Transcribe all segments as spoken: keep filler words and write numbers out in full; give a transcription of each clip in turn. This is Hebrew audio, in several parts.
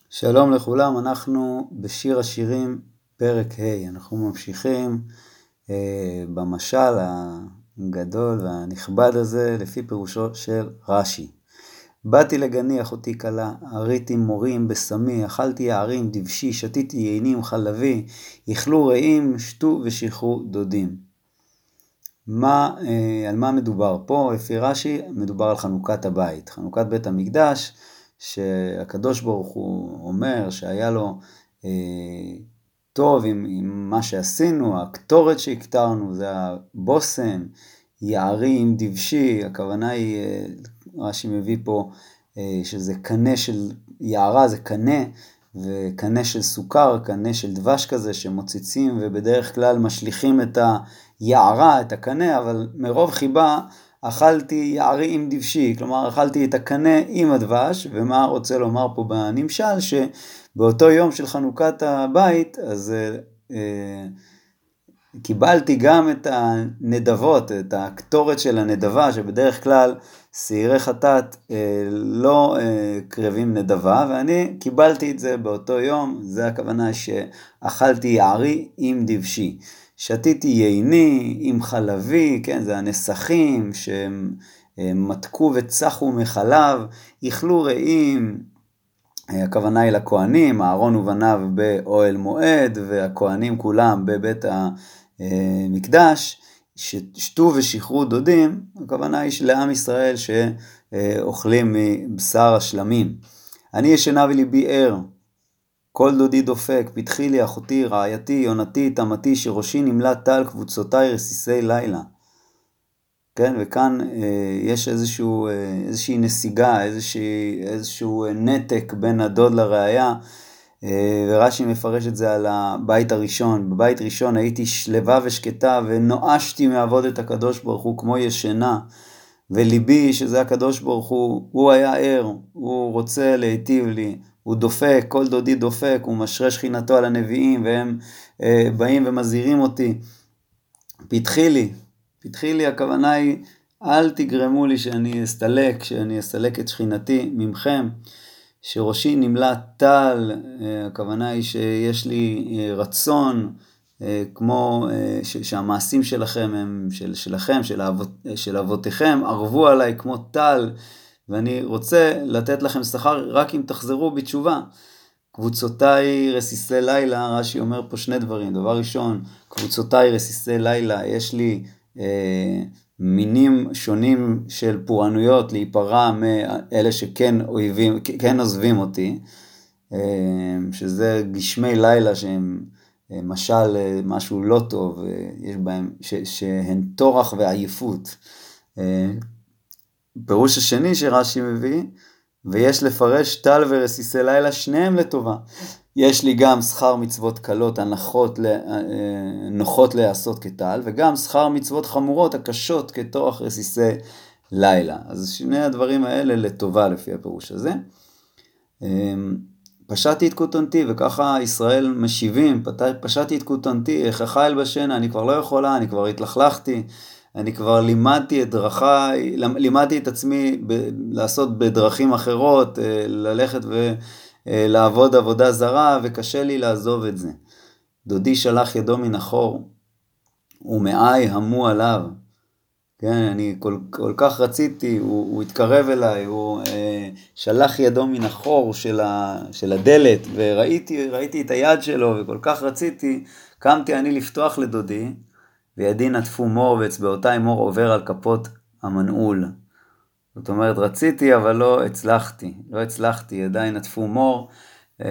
שלום לכולם, אנחנו בשיר השירים פרק ה'. אנחנו ממשיכים אה, במשל הגדול והנכבד הזה לפי פירושו של רש"י. באתי לגני אחותי קלה, אריתי מורים בסמי, אכלתי יערים דבשי, שתיתי יינים חלבי, איכלו רעים, שתו ושכרו דודים. מה, אה, על מה מדובר פה? לפי רש"י מדובר על חנוכת הבית, חנוכת בית המקדש, שהקדוש ברוך הוא אומר שהיה לו אה, טוב עם, עם מה שעשינו, הקטורת שהקטרנו, זה הבוסם, יערים דבשי, הכוונה היא, אה, רש"י מביא פה אה, שזה קנה של יערה, זה קנה, וקנה של סוכר, קנה של דבש כזה שמוציצים ובדרך כלל משליכים את היערה, את הקנה, אבל מרוב חיבה אכלתי יערי עם דבשי, כלומר אכלתי את הקנה עם הדבש. ומה רוצה לומר פה בנמשל? שבאותו יום של חנוכת הבית אז אה, קיבלתי גם את הנדבות, את הקטורת של הנדבה, שבדרך כלל שעירי חטאת אה, לא אה, קרבים נדבה, ואני קיבלתי את זה באותו יום. זה הכוונה שאכלתי יערי עם דבשי. שתיתי ייני עם חלבי, כן, זה הנסכים שהם מתקו וצחו מחלב, איכלו רעים, הכוונה היא לכהנים, אהרון ובניו באוהל מועד, והכהנים כולם בבית המקדש, שתו ושכרו דודים, הכוונה היא לעם ישראל שאוכלים מבשר השלמים. אני ישנה וליבי ער, כל דודי דופק, פתחי לי אחותי, רעייתי, יונתי, תמתי, שראשי נמלא טל, קבוצותיי רסיסי לילה. כן, וכאן אה, יש איזשהו, אה, איזושהי נסיגה, איזשהו, איזשהו נתק בין הדוד לרעיה, אה, ורש"י מפרש את זה על הבית הראשון. בבית ראשון הייתי שלווה ושקטה, ונואשתי מעבוד את הקדוש ברוך הוא כמו ישנה, וליבי, שזה הקדוש ברוך הוא, הוא היה ער, הוא רוצה להיטיב לי, הוא דופק, כל דודי דופק, הוא משרה שכינתו על הנביאים, והם אה, באים ומזהירים אותי. פתחי לי, פתחי לי, הכוונה היא, אל תגרמו לי שאני אסתלק, שאני אסתלק את שכינתי ממכם, שראשי נמלא טל, הכוונה היא שיש לי רצון, כמו שהמעשים שלכם הם של, שלכם, של, אבות, של אבותיכם, ערבו עליי כמו טל, ואני רוצה לתת לכם שכר רק אם תחזרו בתשובה. קבוצותיי רסיסי לילה, רש"י אומר פה שני דברים. דבר ראשון, קבוצותיי רסיסי לילה, יש לי אה, מינים שונים של פורענויות להיפרע מאלה שכן אויבים, כן עוזבים אותי, אה, שזה גשמי לילה שהם אה, משל אה, משהו לא טוב, אה, יש בהם, ש, שהן תורח ועייפות. אה, פירוש השני שרש"י מביא, ויש לפרש טל ורסיסי לילה שניהם לטובה. יש לי גם שכר מצוות קלות, הנחות, נוחות לעשות כטל, וגם שכר מצוות חמורות, הקשות כתורח רסיסי לילה. אז שני הדברים האלה לטובה לפי הפירוש הזה. פשעתי את כותנתי, וככה ישראל משיבים, פשעתי את כותנתי, איך אל בשינה, אני כבר לא יכולה, אני כבר התלכלכתי, אני כבר לימדתי את דרכי, לימדתי את עצמי ב- לעשות בדרכים אחרות, ללכת ולעבוד עבודה זרה, וקשה לי לעזוב את זה. דודי שלח ידו מן החור, ומאי המו עליו. כן, אני כל, כל כך רציתי, הוא, הוא התקרב אליי, הוא אה, שלח ידו מן החור של, ה, של הדלת, וראיתי ראיתי את היד שלו, וכל כך רציתי, קמתי אני לפתוח לדודי, וידי נטפו מור, ואצבעותיי מור עובר על כפות המנעול. זאת אומרת, רציתי, אבל לא הצלחתי, לא הצלחתי, ידיי נטפו מור, ו...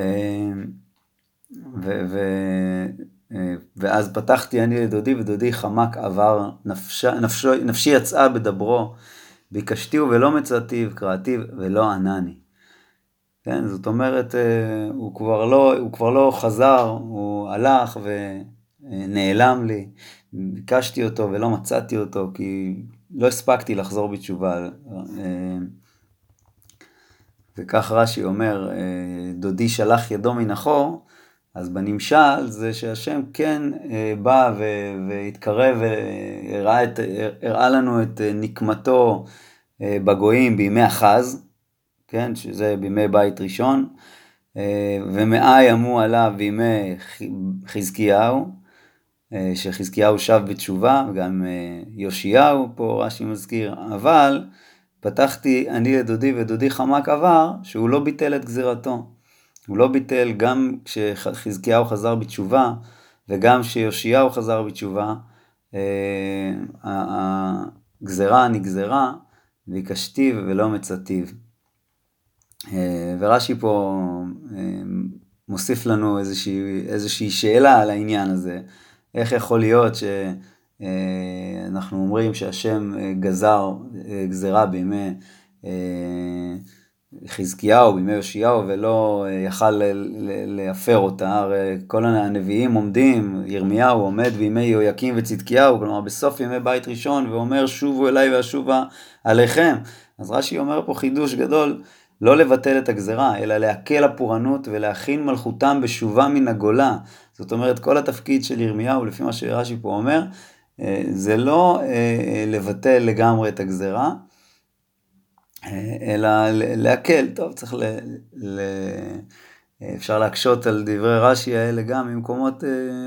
ו... ואז פתחתי אני לדודי, ודודי חמק עבר, נפש... נפשו... נפשי יצאה בדברו, ביקשתיו ולא מצאתיו, קראתיו ולא ענני. כן, זאת אומרת, הוא כבר לא, הוא כבר לא חזר, הוא הלך ונעלם לי, ביקשתי אותו ולא מצאתי אותו, כי לא הספקתי לחזור בתשובה. וכך רש"י אומר, דודי שלח ידו מן החור, אז בנמשל זה שהשם כן בא והתקרב והראה את, הראה לנו את נקמתו בגויים בימי החז, כן, שזה בימי בית ראשון, ומאה ימו עליו בימי חזקיהו, שחזקיהו שב בתשובה, וגם יאשיהו פה רש"י מזכיר, אבל פתחתי אני לדודי ודודי חמק עבר, שהוא לא ביטל את גזירתו. הוא לא ביטל גם כשחזקיהו חזר בתשובה, וגם כשיאשיהו חזר בתשובה, הגזירה נגזרה, ויקשתיו ולא מצאתיו. ורש"י פה מוסיף לנו איזושהי, איזושהי שאלה על העניין הזה. איך יכול להיות שאנחנו אומרים שהשם גזר גזירה בימי חזקיהו, בימי יאשיהו, ולא יכל להפר אותה? הרי כל הנביאים עומדים, ירמיהו עומד בימי יהויקים וצדקיהו, כלומר בסוף ימי בית ראשון, ואומר שובו אליי ואשובה עליכם. אז רש"י אומר פה חידוש גדול, לא לבטל את הגזרה, אלא להקל הפורענות ולהכין מלכותם בשובה מן הגולה. זאת אומרת, כל התפקיד של ירמיהו, לפי מה שרש"י פה אומר, זה לא לבטל לגמרי את הגזרה, אלא להקל. טוב, צריך ל... ל... אפשר להקשות על דברי רש"י האלה גם ממקומות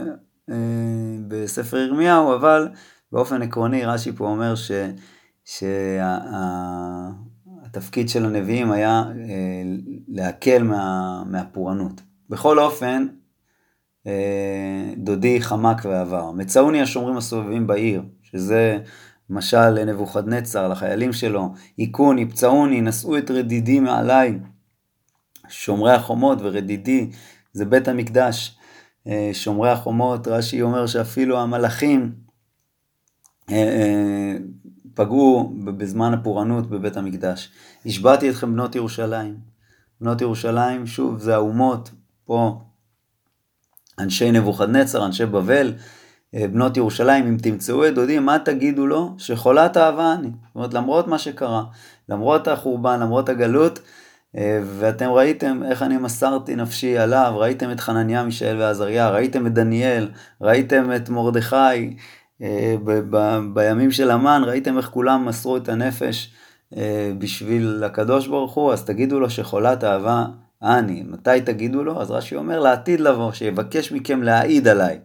בספר ירמיהו, אבל באופן עקרוני רש"י פה אומר ש... שה... התפקיד של הנביאים היה אה, להקל מה, מהפורענות. בכל אופן, אה, דודי חמק ועבר. מצאוני השומרים הסובבים בעיר, שזה משל לנבוכדנצר, לחיילים שלו, עיקוני, פצעוני, נשאו את רדידי מעליי, שומרי החומות, ורדידי זה בית המקדש, אה, שומרי החומות. רש"י אומר שאפילו המלאכים, אה, אה, פגעו בזמן הפורענות בבית המקדש. השבעתי אתכם בנות ירושלים. בנות ירושלים, שוב, זה האומות, פה אנשי נבוכדנצר, אנשי בבל, בנות ירושלים, אם תמצאו את דודי, מה תגידו לו? שחולת אהבה אני. זאת אומרת, למרות מה שקרה, למרות החורבן, למרות הגלות, ואתם ראיתם איך אני מסרתי נפשי עליו, ראיתם את חנניה, מישאל ועזריה, ראיתם את דניאל, ראיתם את מרדכי, ב- ב- בימים של המן, ראיתם איך כולם מסרו את הנפש בשביל הקדוש ברוך הוא, אז תגידו לו שחולת אהבה אני. מתי תגידו לו? אז רש"י אומר לעתיד לבוא, שיבקש מכם להעיד עליי.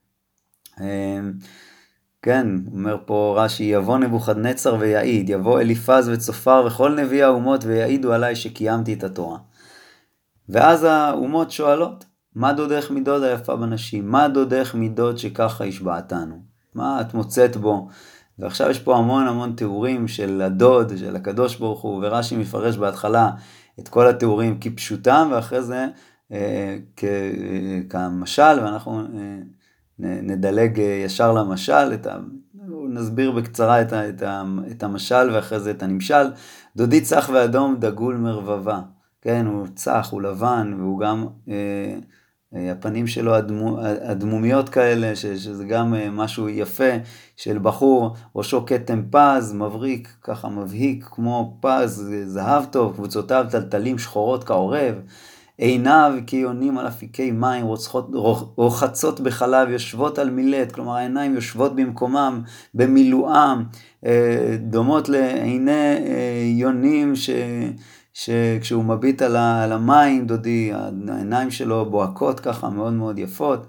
כן, אומר פה רש"י, יבוא נבוכדנצר ויעיד, יבוא אליפז וצופר וכל נביא האומות ויעידו עליי שקיימתי את התורה. ואז האומות שואלות, מה דודך מדוד היפה בנשים? מה דודך מדוד שככה השבעתנו? מה את מוצאת בו? ועכשיו יש פה המון המון תיאורים של הדוד, של הקדוש ברוך הוא, ורש"י מפרש בהתחלה את כל התיאורים כפשוטם, ואחרי זה אה, כ, אה, כמשל, ואנחנו אה, נדלג ישר למשל, את ה, נסביר בקצרה את, ה, את, ה, את המשל, ואחרי זה את הנמשל. דודי צח ואדום דגול מרבבה. כן, הוא צח, הוא לבן, והוא גם... אה, הפנים שלו הדמו, הדמומיות כאלה, שזה גם משהו יפה, של בחור, ראשו כתם פז, מבריק, ככה מבהיק, כמו פז, זהב טוב, קבוצותיו טלטלים שחורות כעורב, עיניו כיונים על אפיקי מים, רוצחות, רוחצות בחלב, יושבות על מילט, כלומר העיניים יושבות במקומם, במילואם, דומות לעיני יונים ש... שכשהוא מביט על, ה, על המים, דודי, העיניים שלו בוהקות ככה מאוד מאוד יפות,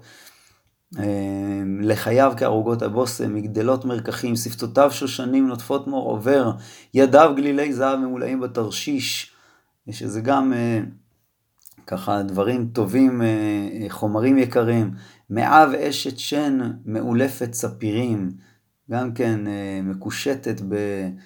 לחייו כערוגות הבושם, מגדלות מרקחים, שפתותיו שושנים נוטפות מור עובר, ידיו גלילי זהב ממולאים בתרשיש, שזה גם ככה דברים טובים, חומרים יקרים, מעב אשת שן מאולפת ספירים, גם כן מקושטת ב...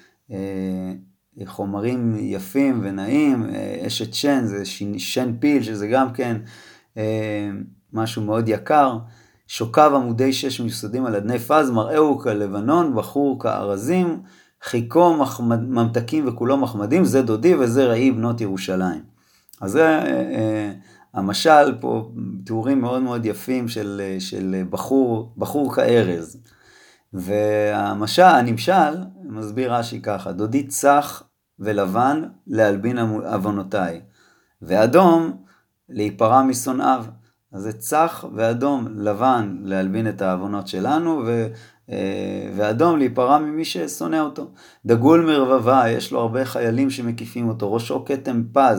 חומרים יפים ונעים, אשת שן, זה שן פיל, שזה גם כן משהו מאוד יקר, שוקב עמודי שש מיוסדים על אדני פז, מראהו כלבנון, בחור כארזים, חיקו מחמד, ממתקים וכולו מחמדים, זה דודי וזה ראי בנות ירושלים. אז זה המשל פה, תיאורים מאוד מאוד יפים של, של בחור, בחור כארז. והמשל, הנמשל, מסביר רש"י ככה, דודי צח ולבן להלבין אבונותיי, ואדום להיפרע משונאיו. אז זה צח ואדום, לבן להלבין את האבונות שלנו, ו, ואדום להיפרע ממי ששונא אותו. דגול מרבבה, יש לו הרבה חיילים שמקיפים אותו, ראשו כתם פז,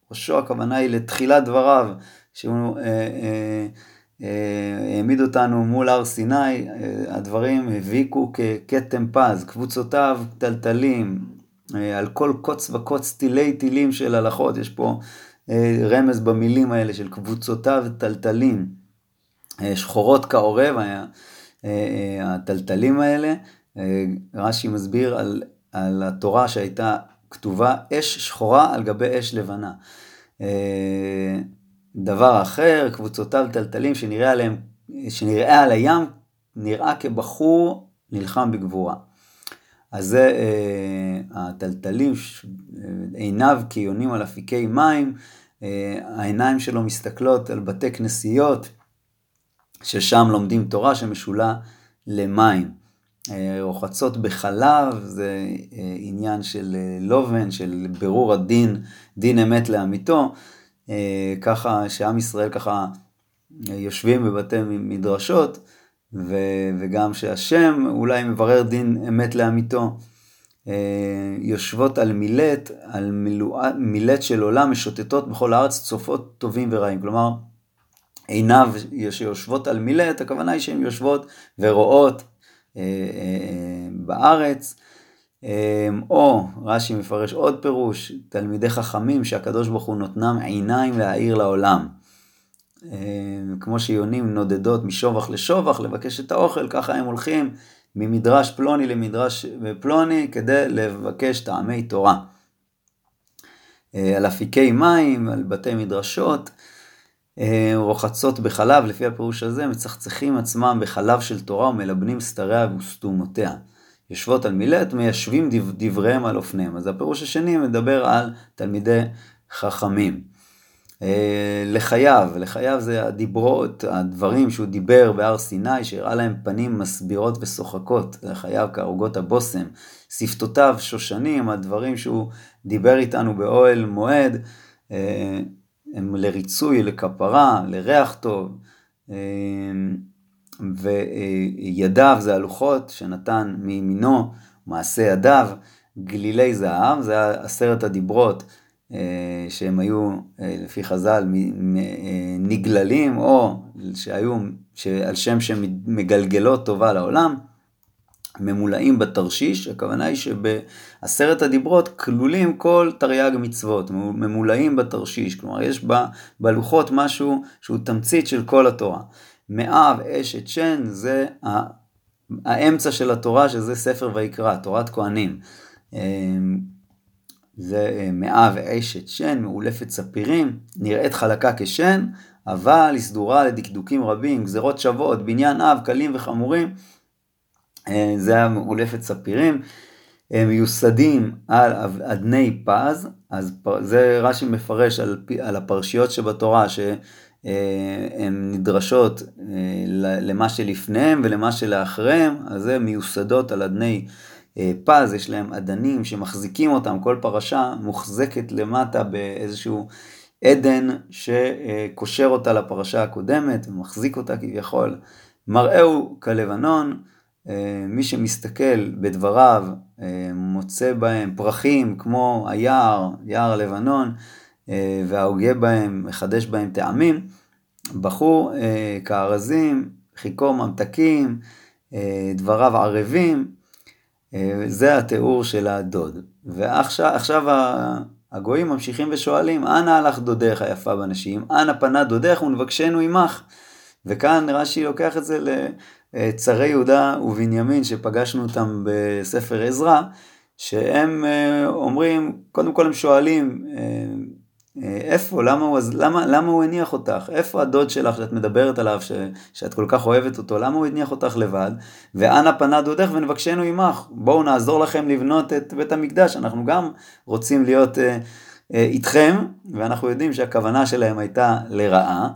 ראשו הכוונה היא לתחילת דבריו, שהוא אה, אה, אה, העמיד אותנו מול הר סיני, אה, הדברים הביקו ככתם פז, קבוצותיו טלטלים, אה, על כל קוץ וקוץ טילי טילים של הלכות, יש פה אה, רמז במילים האלה של קבוצותיו טלטלים, אה, שחורות כעורב, היה, אה, אה, הטלטלים האלה, אה, רש"י מסביר על, על התורה שהייתה כתובה אש שחורה על גבי אש לבנה. אה, דבר אחר, קבוצותיו טלטלים שנראה עליהם, שנראה על הים, נראה כבחור נלחם בגבורה. אז זה אה, הטלטלים, עיניו כיונים על אפיקי מים, אה, העיניים שלו מסתכלות על בתי כנסיות, ששם לומדים תורה שמשולה למים. אה, רוחצות בחלב, זה אה, עניין של אה, לובן, של ברור הדין, דין אמת לאמיתו, אה, ככה שעם ישראל ככה יושבים בבתי מדרשות, ו- וגם שהשם אולי מברר דין אמת לאמיתו, אה, יושבות על מילט, על מילוע, מילט של עולם, משוטטות בכל הארץ, צופות טובים ורעים. כלומר, עיניו שיושבות על מילט, הכוונה היא שהן יושבות ורואות אה, אה, בארץ, אה, או רש"י מפרש עוד פירוש, תלמידי חכמים שהקדוש ברוך הוא נותנם עיניים להאיר לעולם. כמו שיונים נודדות משובח לשובח לבקש את האוכל, ככה הם הולכים ממדרש פלוני למדרש פלוני כדי לבקש טעמי תורה. על אפיקי מים, על בתי מדרשות, רוחצות בחלב, לפי הפירוש הזה, מצחצחים עצמם בחלב של תורה ומלבנים סתריה וסתומותיה. יושבות על מילט, מיישבים דבריהם על אופניהם. אז הפירוש השני מדבר על תלמידי חכמים. לחייו, לחייו זה הדיברות, הדברים שהוא דיבר בהר סיני, שהראה להם פנים מסבירות ושוחקות, לחייו כערוגות הבוסם, שפתותיו שושנים, הדברים שהוא דיבר איתנו באוהל מועד, הם לריצוי, לכפרה, לריח טוב, וידיו זה הלוחות שנתן מימינו, מעשה ידיו, גלילי זהב, זה עשרת הדיברות, שהם היו לפי חז"ל נגללים, או שהיו על שם שמגלגלות טובה לעולם, ממולאים בתרשיש. הכוונה היא שבעשרת הדיברות כלולים כל תרי"ג מצוות, ממולאים בתרשיש, כלומר יש בלוחות משהו שהוא תמצית של כל התורה. מאב, אשת, שן, זה האמצע של התורה, שזה ספר ויקרא, תורת כהנים. זה מאב ואשת שן, מאולפת ספירים, נראית חלקה כשן, אבל היא סדורה לדקדוקים רבים, גזרות שוות, בניין אב, קלים וחמורים, זה המאולפת ספירים, מיוסדים על אדני פז, אז זה רש"י מפרש על, על הפרשיות שבתורה, שהן נדרשות למה שלפניהם ולמה שלאחריהם, אז זה מיוסדות על אדני פז, פז, יש להם עדנים שמחזיקים אותם, כל פרשה מוחזקת למטה באיזשהו עדן שקושר אותה לפרשה הקודמת, ומחזיק אותה כביכול. מראהו כלבנון, מי שמסתכל בדבריו מוצא בהם פרחים כמו היער, יער לבנון, וההוגה בהם, מחדש בהם טעמים, בחור כארזים, חיכו ממתקים, דבריו ערבים, זה התיאור של הדוד. ועכשיו עכשיו הגויים ממשיכים ושואלים, אנה הלך דודך היפה בנשים, אנה פנה דודך ונבקשנו עמך. וכאן רש"י לוקח את זה לצרי יהודה ובנימין שפגשנו אותם בספר עזרא, שהם אומרים, קודם כל הם שואלים, איפה, למה הוא, למה, למה הוא הניח אותך? איפה הדוד שלך שאת מדברת עליו, ש, שאת כל כך אוהבת אותו? למה הוא הניח אותך לבד? ואנה פנה דודך ונבקשנו עמך. בואו נעזור לכם לבנות את בית המקדש. אנחנו גם רוצים להיות אה, אה, איתכם, ואנחנו יודעים שהכוונה שלהם הייתה לרעה.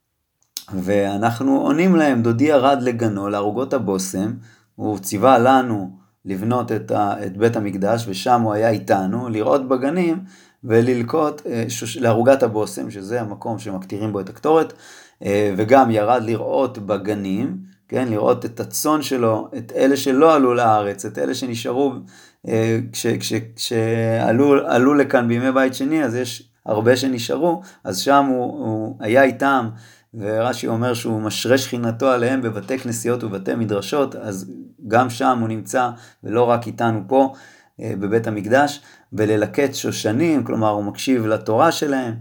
ואנחנו עונים להם, דודי ירד לגנו, לערוגות הבוסם, הוא ציווה לנו לבנות את, ה, את בית המקדש, ושם הוא היה איתנו, לראות בגנים, וללקוט לערוגת הבוסם, שזה המקום שמקטירים בו את הקטורת, וגם ירד לראות בגנים, כן, לראות את הצאן שלו, את אלה שלא עלו לארץ, את אלה שנשארו, כשעלו עלו לכאן בימי בית שני, אז יש הרבה שנשארו, אז שם הוא, הוא היה איתם, ורש"י אומר שהוא משרה שכינתו עליהם בבתי כנסיות ובתי מדרשות, אז גם שם הוא נמצא, ולא רק איתנו פה, בבית המקדש, וללקט שושנים, כלומר הוא מקשיב לתורה שלהם,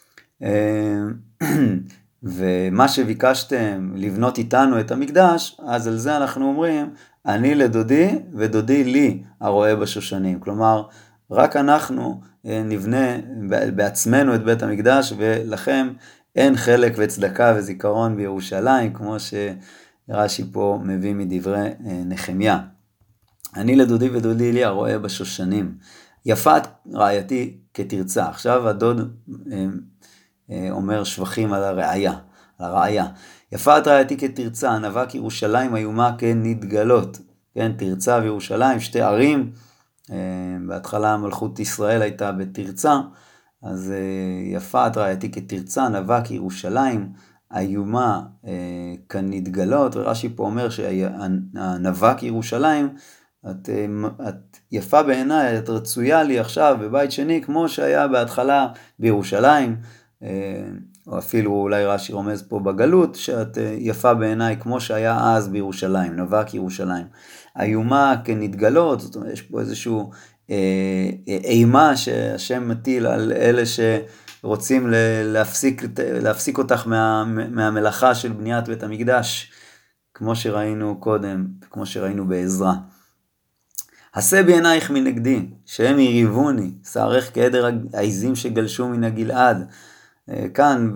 ומה שביקשתם לבנות איתנו את המקדש, אז על זה אנחנו אומרים, אני לדודי ודודי לי הרואה בשושנים. כלומר, רק אנחנו נבנה בעצמנו את בית המקדש, ולכם אין חלק וצדקה וזיכרון בירושלים, כמו שרש"י פה מביא מדברי נחמיה. אני לדודי ודודי לי הרואה בשושנים. יפת רעייתי כתרצה. עכשיו הדוד אומר שבחים על הרעיה, על הרעיה. יפת רעייתי כתרצה, נבק ירושלים איומה כנתגלות. כן, תרצה וירושלים, שתי ערים. בהתחלה מלכות ישראל הייתה בתרצה, אז יפת רעייתי כתרצה, נבק ירושלים איומה כנתגלות. ורש"י פה אומר שהנבק ירושלים, את, את יפה בעיניי, את רצויה לי עכשיו בבית שני, כמו שהיה בהתחלה בירושלים, או אפילו אולי רש"י רומז פה בגלות, שאת יפה בעיניי כמו שהיה אז בירושלים, נבק ירושלים. איומה כנתגלות, זאת אומרת, יש פה איזשהו אה, אימה שהשם מטיל על אלה שרוצים להפסיק, להפסיק אותך מה, מהמלאכה של בניית בית המקדש, כמו שראינו קודם, כמו שראינו בעזרא. עשה בעינייך מנגדי, שהם יריבוני, שערך כעדר העזים שגלשו מן הגלעד. כאן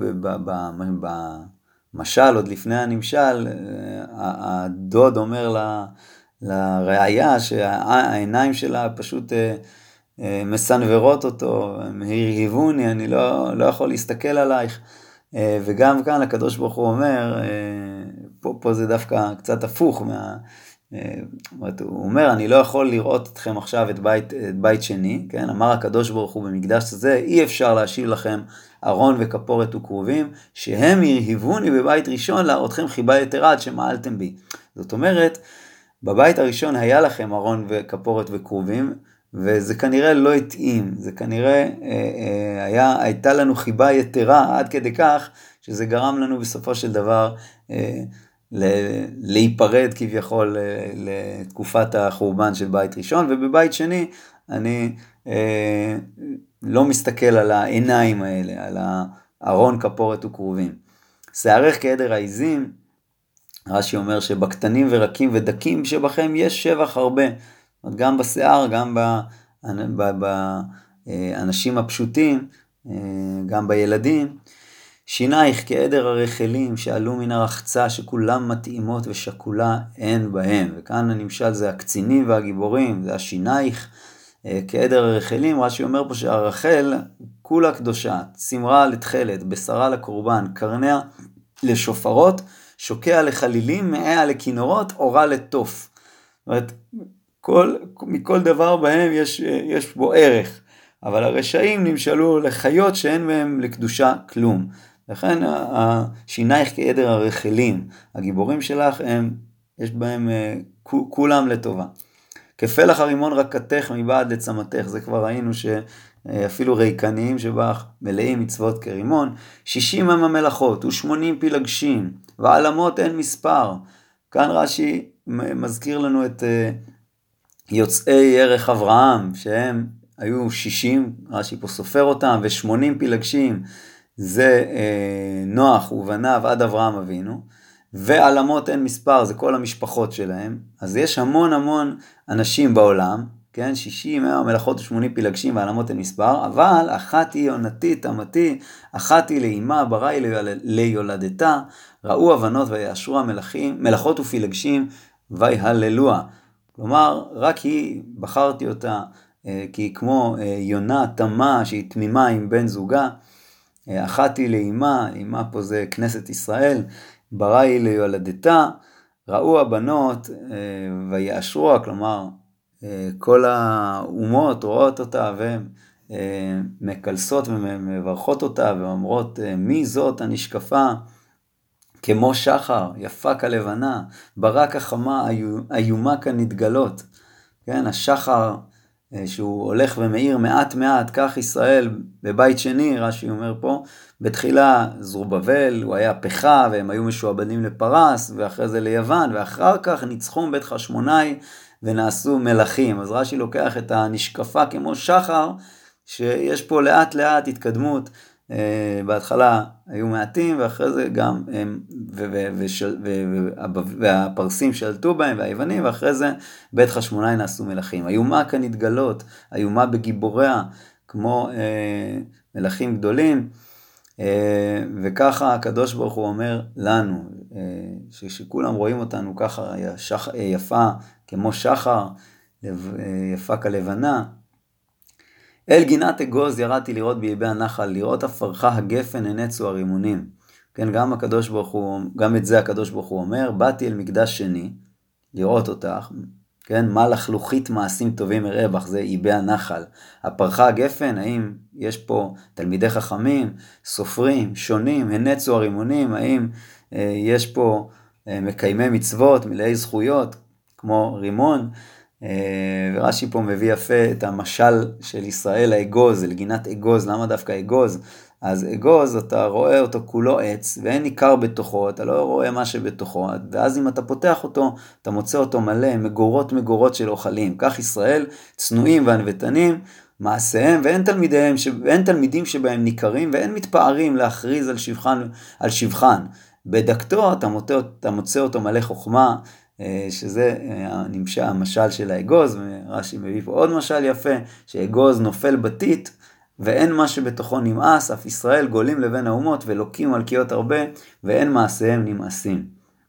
במשל, עוד לפני הנמשל, הדוד אומר לרעיה שהעיניים שלה פשוט מסנוורות אותו, הם יריבוני, אני לא, לא יכול להסתכל עלייך. וגם כאן הקדוש ברוך הוא אומר, פה, פה זה דווקא קצת הפוך מה... הוא אומר, אני לא יכול לראות אתכם עכשיו את בית, את בית שני, כן? אמר הקדוש ברוך הוא במקדש הזה, אי אפשר להשיב לכם ארון וכפורת וקרובים, שהם ירהיבוני בבית ראשון להראותכם חיבה יתרה עד שמעלתם בי. זאת אומרת, בבית הראשון היה לכם ארון וכפורת וקרובים, וזה כנראה לא התאים, זה כנראה היה, הייתה לנו חיבה יתרה עד כדי כך, שזה גרם לנו בסופו של דבר להיפרד כביכול לתקופת החורבן של בית ראשון, ובבית שני אני לא מסתכל על העיניים האלה, על הארון כפורת וקרובים. שערך כעדר העזים, רש"י אומר שבקטנים ורקים ודקים שבכם יש שבח הרבה, גם בשיער, גם באנשים הפשוטים, גם בילדים. שינייך כעדר הרחלים שעלו מן הרחצה שכולם מתאימות ושקולה אין בהם. וכאן הנמשל זה הקצינים והגיבורים, זה השינייך כעדר הרחלים. רש"י אומר פה שהרחל כולה קדושה, צמרה לתכלת, בשרה לקורבן, קרניה לשופרות, שוקע לחלילים, מעיה לכינורות, אורה לטוף. זאת אומרת, כל, מכל דבר בהם יש, יש בו ערך, אבל הרשעים נמשלו לחיות שאין בהם לקדושה כלום. לכן השינייך כעדר הרחלים, הגיבורים שלך הם, יש בהם כולם לטובה. כפלח הרימון רקתך מבעד לצמתך, זה כבר ראינו שאפילו ריקניים שבך מלאים מצוות כרימון. שישים הם המלאכות ושמונים פילגשים, ועלמות אין מספר. כאן רש"י מזכיר לנו את יוצאי ירח אברהם, שהם היו שישים, רש"י פה סופר אותם, ו-שמונים פילגשים, זה אה, נוח ובניו עד אברהם אבינו, ועלמות אין מספר, זה כל המשפחות שלהם. אז יש המון המון אנשים בעולם, כן, שישים המלאכות ו-שמונים פילגשים ועלמות אין מספר, אבל אחת היא עונתי, תמתי, אחת היא לאימה, בראי ליולדתה, ראו הבנות ויאשרו המלאכים, מלאכות ופילגשים ויהללוה. כלומר, רק היא, בחרתי אותה, כי היא כמו יונה תמה שהיא תמימה עם בן זוגה, אחת היא לאימה, אימה פה זה כנסת ישראל, בראי ליולדתה, ראו הבנות ויאשרוה, כלומר, כל האומות רואות אותה ומקלסות ומברכות אותה ואומרות, מי זאת הנשקפה? כמו שחר, יפה כלבנה, ברק החמה, איומה כנתגלות. כן, השחר שהוא הולך ומאיר מעט מעט, כך ישראל בבית שני, רש"י אומר פה, בתחילה זרובבל, הוא היה פחה, והם היו משועבדים לפרס, ואחרי זה ליוון, ואחר כך ניצחו בית חשמונאי, ונעשו מלכים. אז רש"י לוקח את הנשקפה כמו שחר, שיש פה לאט לאט התקדמות, בהתחלה היו מעטים, ואחרי זה גם הם, והפרסים שלטו בהם, והיוונים, ואחרי זה בית חשמונאי נעשו מלכים. היומה כאן התגלות, היומה בגיבוריה, כמו אה, מלכים גדולים, אה, וככה הקדוש ברוך הוא אומר לנו, אה, שכולם רואים אותנו ככה שח, יפה כמו שחר, יפה כלבנה, אל גינת אגוז ירדתי לראות באיבי הנחל, לראות הפרחה הגפן הנצו הרימונים. כן, גם הקדוש ברוך הוא, גם את זה הקדוש ברוך הוא אומר, באתי אל מקדש שני, לראות אותך, כן, מה לחלוכית מעשים טובים אראה בך, זה איבי הנחל. הפרחה הגפן, האם יש פה תלמידי חכמים, סופרים, שונים, הנצו הרימונים, האם אה, יש פה אה, מקיימי מצוות, מלאי זכויות, כמו רימון, ורש"י פה מביא יפה את המשל של ישראל, האגוז, לגינת אגוז. למה דווקא אגוז? אז אגוז, אתה רואה אותו כולו עץ, ואין ניכר בתוכו, אתה לא רואה מה שבתוכו, ואז אם אתה פותח אותו, אתה מוצא אותו מלא, מגורות מגורות של אוכלים. כך ישראל, צנועים וענוותנים, מעשיהם, ואין תלמידיהם, ואין תלמידים שבהם ניכרים, ואין מתפארים להכריז על שבחן, על שבחן. בדקתו אתה מוצא, אתה מוצא אותו מלא חוכמה, שזה נמשל המשל של האגוז, ורש"י מביא פה עוד משל יפה, שאגוז נופל בתית, ואין מה שבתוכו נמאס, אף ישראל גולים לבין האומות, ולוקים מלכיות הרבה, ואין מעשיהם נמאסים.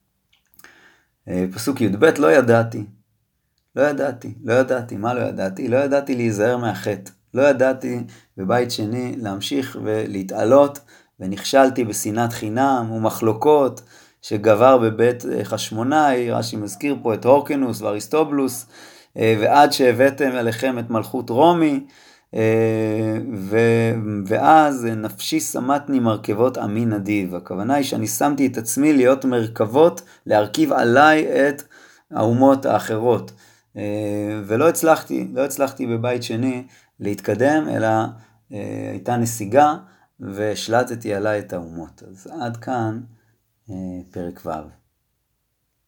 פסוק י"ב, לא ידעתי, לא ידעתי, לא ידעתי, מה לא ידעתי? לא ידעתי להיזהר מהחטא, לא ידעתי בבית שני להמשיך ולהתעלות, ונכשלתי בשנאת חינם ומחלוקות, שגבר בבית חשמונאי, רש"י מזכיר פה את הורקנוס ואריסטובולוס, ועד שהבאתם אליכם את מלכות רומי, ואז נפשי שמתני מרכבות עמי נדיב. הכוונה היא שאני שמתי את עצמי להיות מרכבות, להרכיב עליי את האומות האחרות. ולא הצלחתי, לא הצלחתי בבית שני להתקדם, אלא הייתה נסיגה, והשלטתי עליי את האומות. אז עד כאן פרק ו'.